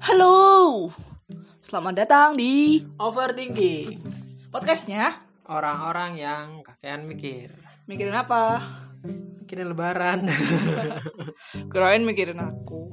Halo, selamat datang di Overthinking, podcastnya. orang-orang yang kakean mikir. Mikirin apa? Mikirin lebaran. Kirain mikirin aku.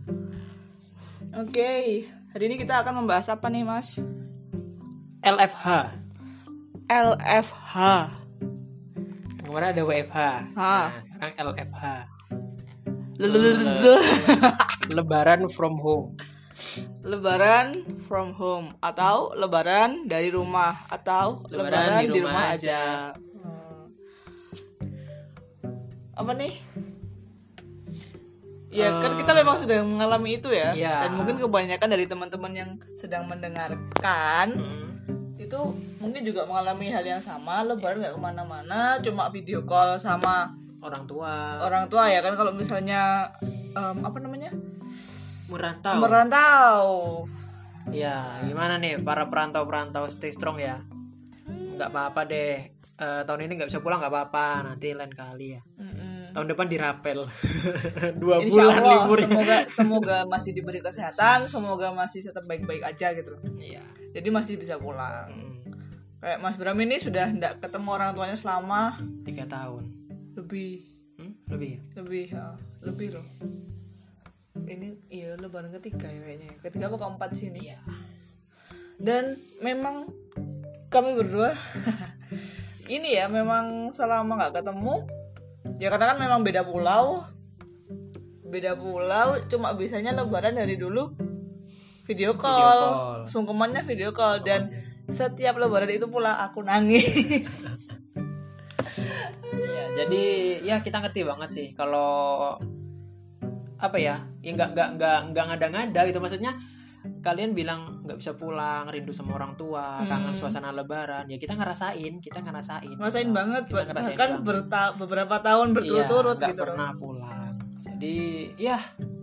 Oke, hari ini kita akan membahas apa nih, Mas? LFH. LFH. Kemarin ada WFH. Hah. Nah, sekarang LFH. Lelelelele. Lebaran from home. Lebaran from home atau lebaran dari rumah atau lebaran di rumah aja. Apa nih? Ya kan kita memang sudah mengalami itu ya. Iya. Dan mungkin kebanyakan dari teman-teman yang sedang mendengarkan itu mungkin juga mengalami hal yang sama. Lebaran nggak kemana-mana, cuma video call sama Orang tua ya kan. Kalau misalnya apa namanya, merantau. Ya, gimana nih para perantau stay strong ya. Nggak apa-apa deh. Tahun ini nggak bisa pulang nggak apa-apa. Nanti lain kali ya. Tahun depan dirapel. 2 Insya bulan Allah, liburnya. semoga masih diberi kesehatan, semoga masih tetap baik-baik aja gitu loh. Iya. Jadi masih bisa pulang. Kayak Mas Bram ini sudah tidak ketemu orang tuanya selama 3 tahun. lebih loh. Ini iya lebaran ketiga ya kayaknya. Ketiga apa keempat sini. Iya. Dan memang kami berdua ini ya memang selama nggak ketemu ya, karena kan memang beda pulau, cuma bisanya lebaran dari dulu video call. Sungkemannya video call. Dan setiap lebaran itu pula aku nangis. Iya, jadi ya kita ngerti banget sih kalau apa ya nggak ngada-ngada gitu. Maksudnya kalian bilang nggak bisa pulang, rindu sama orang tua, kangen suasana lebaran. Ya kita ngerasain Ngerasain banget, ngerasain bahkan beberapa tahun berturut-turut nggak gitu pernah pulang. Jadi ya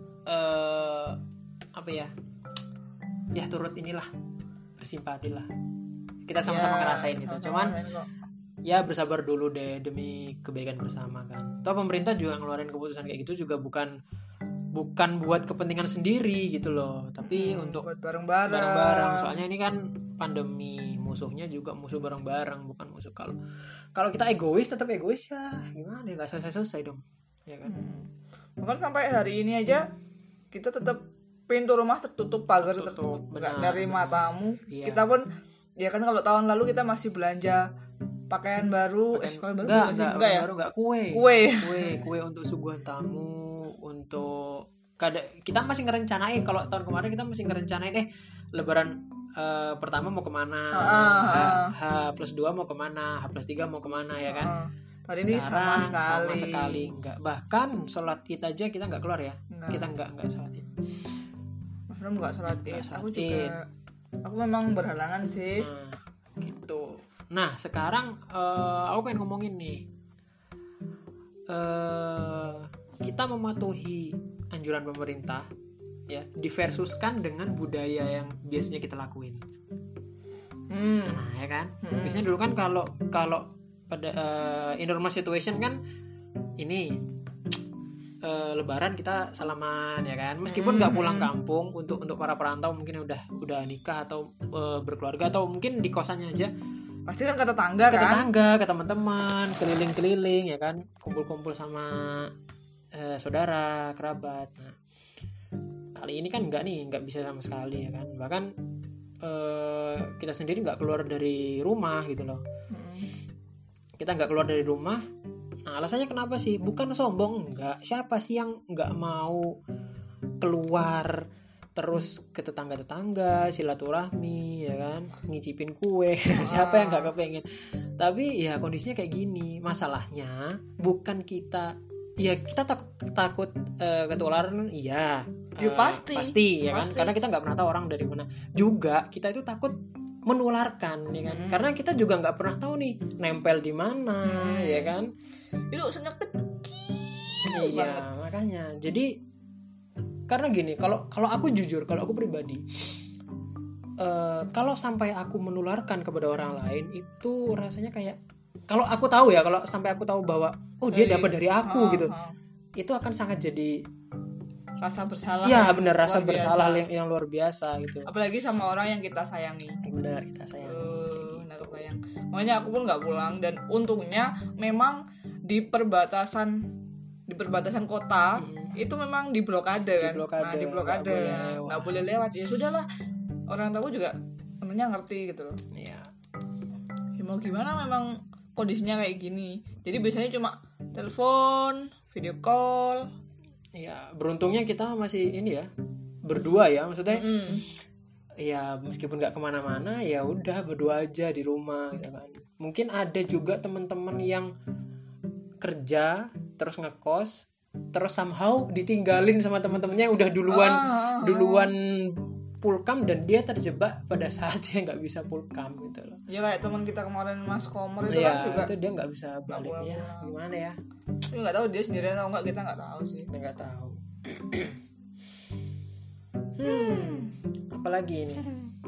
apa ya turut inilah, bersimpati lah, kita sama-sama ngerasain gitu. Cuman ya bersabar dulu deh demi kebaikan bersama kan. Toh pemerintah juga ngeluarin keputusan kayak gitu juga bukan buat kepentingan sendiri gitu loh, tapi untuk buat bareng-bareng. Soalnya ini kan pandemi, musuhnya juga musuh bareng-bareng, bukan musuh. Kalau kita egois, tetap egois ya gimana ya, nggak selesai dong ya kan. Bahkan sampai hari ini aja kita tetap pintu rumah tertutup, pagar tertutup, nggak dari matamu. Iya. Kita pun ya kan kalau tahun lalu kita masih belanja pakaian baru, enggak kue untuk suguhan tamu, untuk kita masih ngerencanain. Kalau tahun kemarin kita masih ngerencanain lebaran pertama mau kemana, H+2 mau kemana, H+3 mau kemana ya kan. Hari ini sama sekali enggak. Bahkan sholat id aja kita nggak keluar ya. Kita nggak sholat id. Mas Ram nggak sholat id. Aku memang berhalangan sih. Gitu. Nah sekarang aku pengen ngomongin nih, kita mematuhi anjuran pemerintah ya, diversuskan dengan budaya yang biasanya kita lakuin. Nah ya kan, biasanya dulu kan kalau pada in normal situation kan ini lebaran kita salaman ya kan, meskipun nggak pulang kampung. Untuk para perantau mungkin udah nikah atau berkeluarga atau mungkin di kosannya aja, pasti kan ke tetangga, ke teman-teman, keliling-keliling ya kan, kumpul-kumpul sama saudara kerabat. Nah kali ini kan nggak bisa sama sekali ya kan. Bahkan kita sendiri nggak keluar dari rumah gitu loh. Kita nggak keluar dari rumah. Nah alasannya kenapa sih? Bukan sombong, enggak. Siapa sih yang nggak mau keluar terus ke tetangga-tetangga, silaturahmi ya kan, ngicipin kue. Siapa yang nggak kepengen? Tapi ya kondisinya kayak gini. Masalahnya bukan kita takut ketularan, iya. Pasti ya kan, karena kita nggak pernah tahu orang dari mana. Juga kita itu takut menularkan ya kan, karena kita juga nggak pernah tahu nih nempel di mana ya kan. Itu urusannya kecil iya banget. Makanya jadi karena gini, kalau aku jujur, kalau aku pribadi, kalau sampai aku menularkan kepada orang lain itu rasanya kayak, kalau sampai aku tahu bahwa dia dapat dari aku gitu, itu akan sangat jadi rasa bersalah. Iya benar, rasa luar biasa. bersalah yang luar biasa gitu. Apalagi sama orang yang kita sayangi. Benar, kita sayang. Nggak kebayang. Makanya aku pun nggak pulang, dan untungnya memang di perbatasan kota itu memang diblokade kan. Nah, diblokade nggak boleh lewat. Ya sudahlah, orang tahu juga sebenarnya ngerti gitu loh. Iya. Ya, mau gimana, memang kondisinya kayak gini. Jadi biasanya cuma telepon, video call. Iya, beruntungnya kita masih ini ya, berdua ya, maksudnya. Ya meskipun nggak kemana-mana, ya udah berdua aja di rumah gitu kan. Mungkin ada juga teman-teman yang kerja terus ngekos, terus somehow ditinggalin sama teman-temannya yang udah duluan pulkam, dan dia terjebak pada saat dia nggak bisa pulkam gitu loh. Ya kayak teman kita kemarin Mas Komor itu ya, kan juga. Itu dia nggak bisa balik ya. Gimana ya? Tapi nggak tahu dia sendirian atau nggak, kita nggak tahu sih. Kita nggak tahu. Apalagi ini?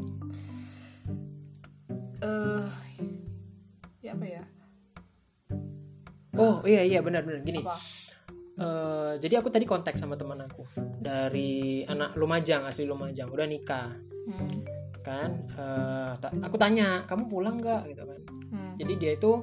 Ya apa ya? Oh iya benar gini. Apa? Jadi aku tadi kontak sama teman aku dari anak Lumajang, asli Lumajang, udah nikah. Kan aku tanya, kamu pulang nggak gitu kan. Jadi dia tuh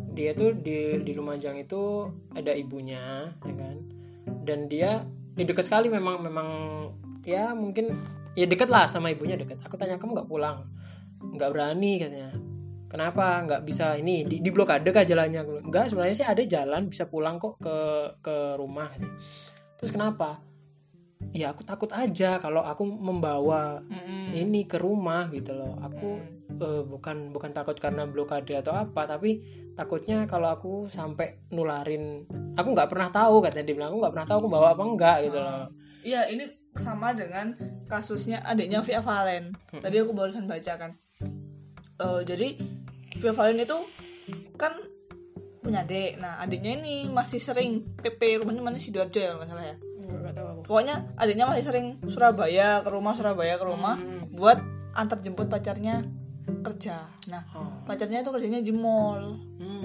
di Lumajang itu ada ibunya ya kan, dan dia dekat sekali, memang ya mungkin ya dekat lah sama ibunya, dekat. Aku tanya, kamu nggak pulang? Nggak berani katanya. Kenapa nggak bisa, ini di blokade kah jalannya? Enggak, sebenarnya sih ada jalan bisa pulang kok ke rumah. Terus kenapa? Ya aku takut aja kalau aku membawa ini ke rumah gitu loh. Aku bukan takut karena blokade atau apa, tapi takutnya kalau aku sampai nularin. Aku nggak pernah tahu, katanya dia bilang, aku nggak pernah tahu aku bawa apa enggak gitu loh. Iya, ini sama dengan kasusnya adiknya Via Valen. Tadi aku barusan baca kan. Jadi Via Valen itu kan punya adik. Nah, adiknya ini masih sering PP, rumahnya mana, Sidoarjo ya nggak salah ya. Nggak tahu aku. Pokoknya adiknya masih sering Surabaya ke rumah buat antar jemput pacarnya kerja. Nah, pacarnya itu kerjanya di mall.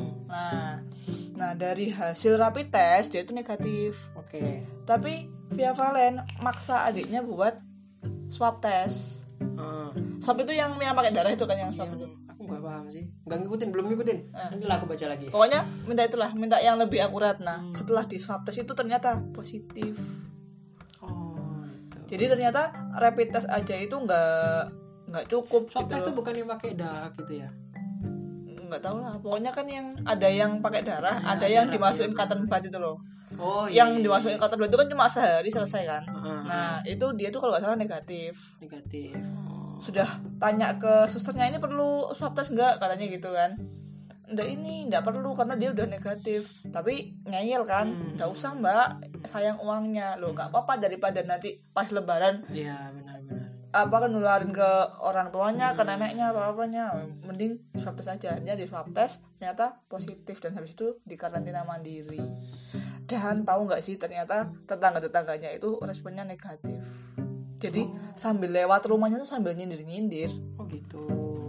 Nah, dari hasil rapid test dia itu negatif. Oke. Tapi Via Valen maksa adiknya buat swab test. Swab itu yang pakai darah itu kan, yang swab itu. Aku nggak paham sih, belum ngikutin. Nanti lah aku baca lagi. Pokoknya minta yang lebih akurat. Nah, setelah di swab test itu ternyata positif. Gitu. Jadi ternyata rapid test aja itu nggak cukup. Swab gitu test loh. itu bukan yang pakai darah gitu ya? Nggak tahu lah. Pokoknya kan yang ada yang pakai darah, ada yang dimasukin cotton bud itu loh. Yang dimasukin cotton bud itu kan cuma sehari selesai kan. Nah, itu dia tuh kalau nggak salah negatif. Sudah tanya ke susternya, ini perlu swab test nggak, katanya gitu kan. Nggak perlu karena dia udah negatif. Tapi ngeyel kan, nggak usah mbak, sayang uangnya loh, nggak apa-apa daripada nanti pas lebaran. Iya benar-benar. Apa kan nularin ke orang tuanya, ke neneknya, apa-apanya. Mending swab test aja. Dia di swab test ternyata positif, dan habis itu dikarantina mandiri. Dan tahu nggak sih, ternyata tetangga-tetangganya itu responnya negatif. Jadi sambil lewat rumahnya tuh sambil nyindir-nyindir. Gitu.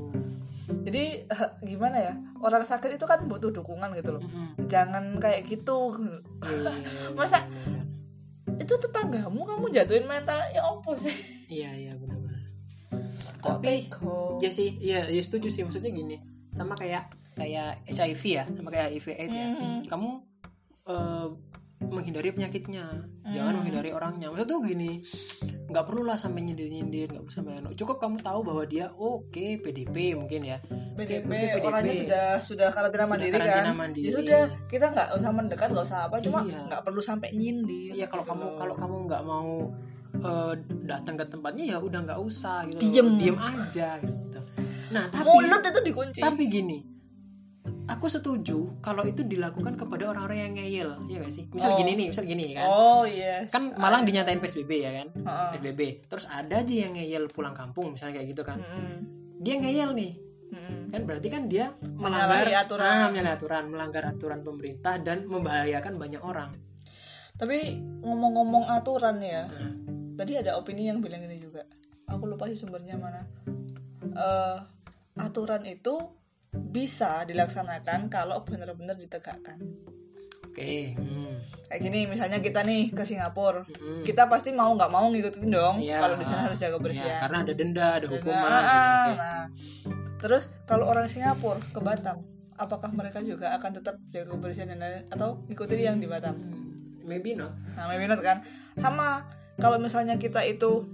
Jadi gimana ya, orang sakit itu kan butuh dukungan gitu loh. Jangan kayak gitu. Masa itu tetanggamu kamu jatuhin mental, ya apa sih? Iya benar-benar. Tapi ya sih, ya setuju sih, maksudnya gini, sama kayak HIV ya, sama kayak HIV AIDS ya. Kamu menghindari penyakitnya, jangan menghindari orangnya. Maksudnya tuh gini, nggak perlu lah sampai nyindir, nggak perlu sampai cukup kamu tahu bahwa dia PDP mungkin ya. PDP orangnya sudah karantina mandiri kan. Ya sudah, kita nggak usah mendekat, nggak usah apa, cuma nggak perlu sampai nyindir. Iya, kalau kamu nggak mau datang ke tempatnya, ya udah nggak usah gitu. Diem aja gitu. Nah, tapi mulut itu dikunci. Tapi gini, aku setuju kalau itu dilakukan kepada orang-orang yang ngeyel, ya nggak sih? Misal gini kan. Yes. Kan Malang dinyatain PSBB ya kan? PSBB. Terus ada aja yang ngeyel pulang kampung, misalnya kayak gitu kan. Dia ngeyel nih. Kan berarti kan dia melanggar aturan pemerintah dan membahayakan banyak orang. Tapi ngomong-ngomong aturan ya. Tadi ada opini yang bilang ini juga. Aku lupa sih sumbernya mana. Aturan itu bisa dilaksanakan kalau benar-benar ditegakkan. Oke. Kayak gini misalnya kita nih ke Singapura, kita pasti mau nggak mau ngikutin dong. Kalau di sana harus jaga kebersihan. Karena ada denda, ada hukuman. Nah, terus kalau orang Singapura ke Batam, apakah mereka juga akan tetap jaga kebersihan dan lain-lain atau ikutin yang di Batam? Maybe not. Nah, maybe not kan. Sama kalau misalnya kita itu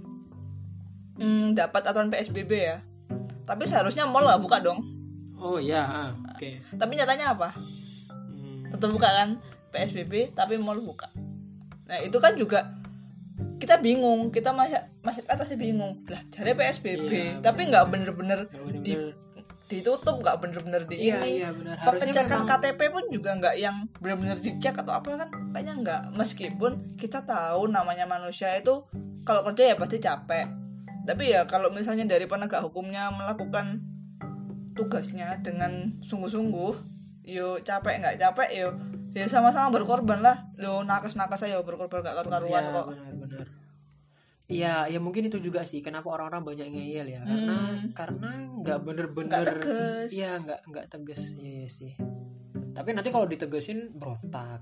dapat aturan PSBB ya, tapi seharusnya mall nggak buka dong. Oh ya, oke. Tapi nyatanya apa? Tetap buka kan, PSBB tapi mall buka. Nah itu kan juga kita bingung, kita masyarakat pasti bingung lah, cari PSBB tapi nggak bener-bener ditutup, nggak bener-bener di ini. Pengecekan KTP pun juga nggak yang bener-bener dicek atau apa kan, kayaknya nggak. Meskipun kita tahu namanya manusia itu kalau kerja ya pasti capek, tapi ya kalau misalnya dari penegak hukumnya melakukan tugasnya dengan sungguh-sungguh, yo capek nggak capek yo ya sama-sama berkorban lah. Lo nakes aja berkorban nggak karu-karuan kok. Benar. Iya, ya mungkin itu juga sih kenapa orang-orang banyak ngeyel ya, karena nggak bener-bener nggak tegas. Iya, nggak tegas. Iya sih. Tapi nanti kalau ditegesin berontak.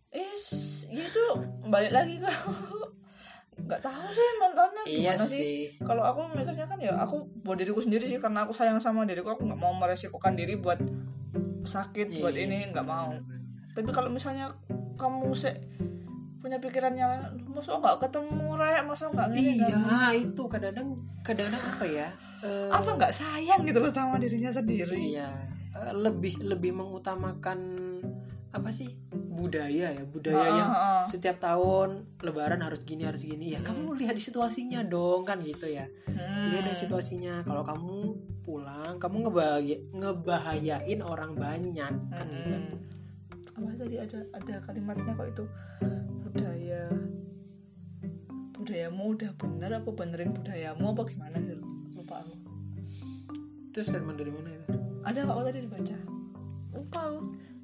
Itu balik lagi ke nggak tahu sih mentalnya gimana sih. Kalau aku mikirnya kan ya aku buat diriku sendiri sih, karena aku sayang sama diriku, aku nggak mau meresikokan diri buat sakit, buat ini nggak mau. Tapi kalau misalnya kamu punya pikirannya masa nggak ketemu masa nggak ngene itu kadang-kadang apa ya, apa nggak sayang gitu loh sama dirinya sendiri. Lebih mengutamakan apa sih budaya yang setiap tahun lebaran harus gini ya. Kamu lihat di situasinya dong kan gitu ya. Lihat di situasinya, kalau kamu pulang kamu ngebahayain orang banyak kan gitu. Apa tadi ada kalimatnya kok itu, budayamu udah bener apa benerin budayamu apa gimana sih, lupa aku. Itu statement dari mana itu? Ada nggak tadi dibaca, lupa aku.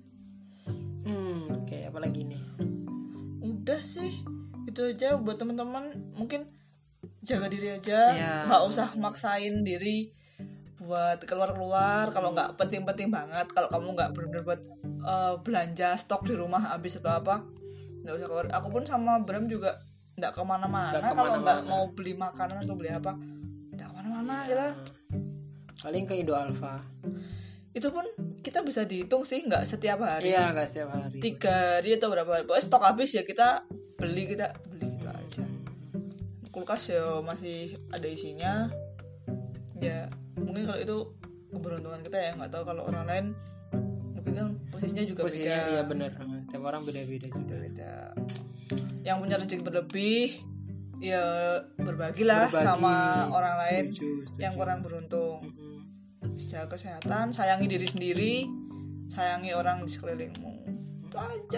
Oke, apa lagi nih? Udah sih itu aja buat teman-teman, mungkin jaga diri aja, nggak usah maksain diri buat keluar kalau nggak penting-penting banget. Kalau kamu nggak benar-benar buat belanja stok di rumah habis atau apa, nggak usah keluar. Aku pun sama Bram juga nggak kemana-mana kalau nggak mau beli makanan atau beli apa, nggak kemana-mana gitu. Paling ke Indo Alfa. Itu pun kita bisa dihitung sih, nggak setiap hari. Iya, nggak setiap hari. 3 hari atau berapa hari, pokoknya stok habis ya kita beli gitu aja. Kulkas ya masih ada isinya. Ya mungkin kalau itu keberuntungan kita ya, nggak tahu kalau orang lain mungkin kan posisinya juga beda. Iya benar, tiap orang beda-beda juga. Yang punya rezeki berlebih ya berbagilah sama orang lain. Setuju. Yang kurang beruntung. Jaga kesehatan, sayangi diri sendiri, sayangi orang di sekelilingmu. Itu aja.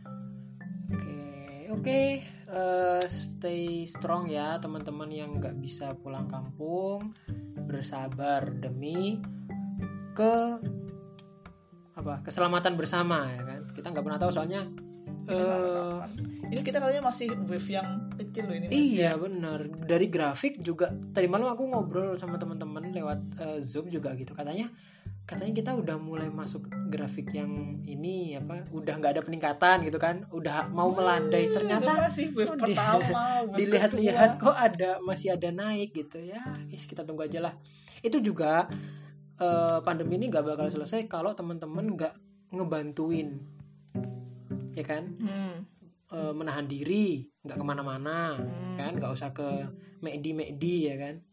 Oke. Stay strong ya teman-teman yang nggak bisa pulang kampung. Bersabar demi keselamatan bersama ya kan. Kita nggak pernah tahu soalnya. Ini kita katanya masih wave yang kecil loh ini. Iya benar. Dari grafik juga tadi malam aku ngobrol sama teman-teman lewat Zoom juga gitu. Katanya kita udah mulai masuk grafik yang ini udah nggak ada peningkatan gitu kan. Udah mau melandai. Ternyata masih wave pertama. Dilihat-lihat kok masih ada naik gitu ya. Kita tunggu aja lah. Itu juga pandemi ini nggak bakal selesai kalau teman-teman nggak ngebantuin, ya kan? Menahan diri, nggak kemana-mana, kan? Nggak usah ke McD ya kan?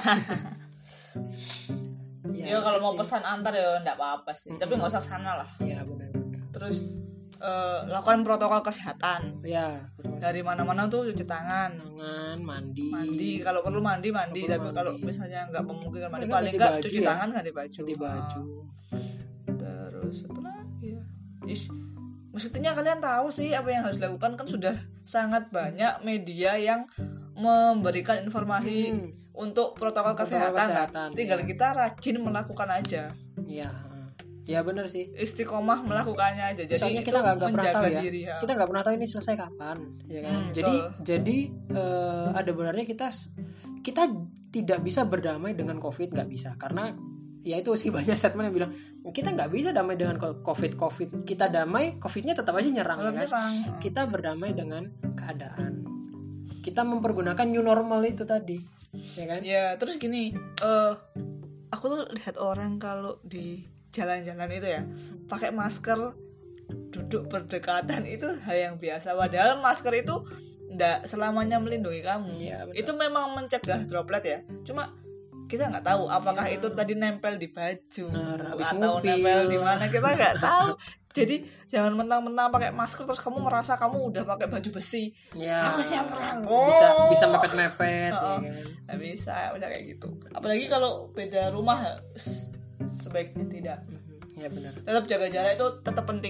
Ya kalau mau pesan antar ya nggak apa-apa sih, tapi nggak usah sana lah. Iya benar. Terus lakukan protokol kesehatan. Ya. Dari mana-mana tuh cuci tangan, mandi. Kalau perlu mandi. Tapi kalau misalnya nggak memungkinkan mandi, paling nggak cuci tangan, ganti baju. Terus apa lagi ya? Maksudnya kalian tahu sih apa yang harus dilakukan, kan sudah sangat banyak media yang memberikan informasi untuk protokol kesehatan. Kan? Tinggal kita rajin melakukan aja. Ya benar sih. Istiqomah melakukannya aja. Jadi soalnya kita nggak pernah tahu ya. Diri, ya. Kita nggak pernah tahu ini selesai kapan, ya kan? Jadi ada benarnya kita tidak bisa berdamai dengan COVID, nggak bisa, karena ya itu sih banyak statement yang bilang kita nggak bisa damai dengan covid, kita damai, covidnya tetap aja nyerang ya kan? Kita berdamai dengan keadaan, kita mempergunakan new normal itu tadi ya kan. Ya terus gini, aku tuh lihat orang kalau di jalan-jalan itu ya pakai masker duduk berdekatan itu hal yang biasa, padahal masker itu nggak selamanya melindungi kamu ya, itu memang mencegah droplet ya, cuma kita nggak tahu apakah itu tadi nempel di baju atau nempel di mana, kita nggak tahu. Jadi jangan mentang-mentang pakai masker terus kamu merasa kamu udah pakai baju besi ya, aku siap perang, bisa mepet-mepet ya kan? Nggak bisa kayak gitu, apalagi kalau beda rumah sebaiknya tidak. Ya benar. Tetap jaga jarak itu tetap penting.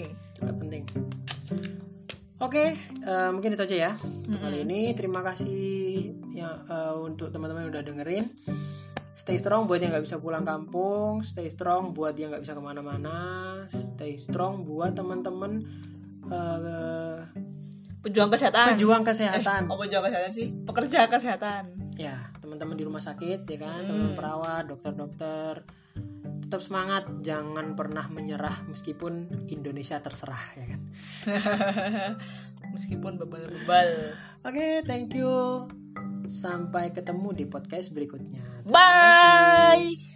Oke, mungkin itu aja ya kali ini. Terima kasih ya untuk teman-teman yang udah dengerin. Stay strong buat yang nggak bisa pulang kampung, stay strong buat yang nggak bisa kemana-mana, stay strong buat teman-teman pejuang kesehatan. Pejuang kesehatan sih? Pekerja kesehatan. Ya, teman-teman di rumah sakit ya kan, teman perawat, dokter-dokter. Tetap semangat, jangan pernah menyerah meskipun Indonesia terserah ya kan. Meskipun bebal-bebal. Oke, thank you. Sampai ketemu di podcast berikutnya. Bye.